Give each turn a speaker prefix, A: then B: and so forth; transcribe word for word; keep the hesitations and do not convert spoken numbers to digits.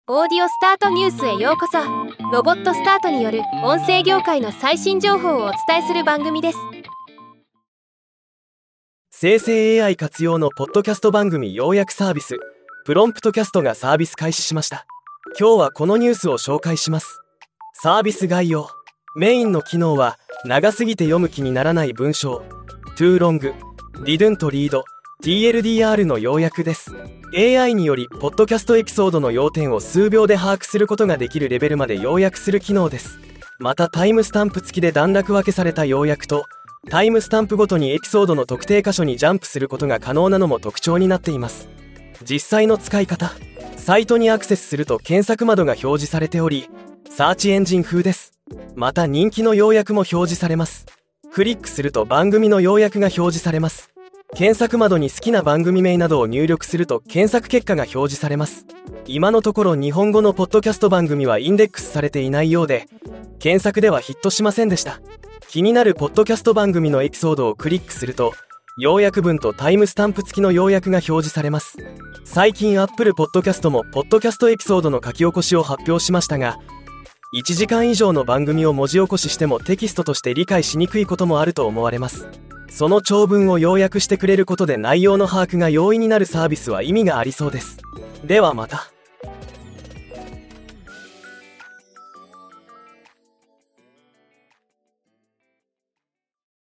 A: オーディオスタートニュースへようこそ。ロボットスタートによる音声業界の最新情報をお伝えする番組です。
B: 生成 エーアイ 活用のポッドキャスト番組要約サービスプロンプトキャストがサービス開始しました。今日はこのニュースを紹介します。サービス概要。メインの機能は長すぎて読む気にならない文章 Too long Didn't readティーエルディーアール の要約です。 エーアイ によりポッドキャストエピソードの要点を数秒で把握することができるレベルまで要約する機能です。またタイムスタンプ付きで段落分けされた要約とタイムスタンプごとにエピソードの特定箇所にジャンプすることが可能なのも特徴になっています。実際の使い方。サイトにアクセスすると検索窓が表示されており、サーチエンジン風です。また人気の要約も表示されます。クリックすると番組の要約が表示されます。検索窓に好きな番組名などを入力すると検索結果が表示されます。今のところ日本語のポッドキャスト番組はインデックスされていないようで、検索ではヒットしませんでした。気になるポッドキャスト番組のエピソードをクリックすると、要約文とタイムスタンプ付きの要約が表示されます。最近 Apple Podcast もポッドキャストエピソードの書き起こしを発表しましたが、いちじかん以上の番組を文字起こししてもテキストとして理解しにくいこともあると思われます。その長文を要約してくれることで内容の把握が容易になるサービスは意味がありそうです。ではまた。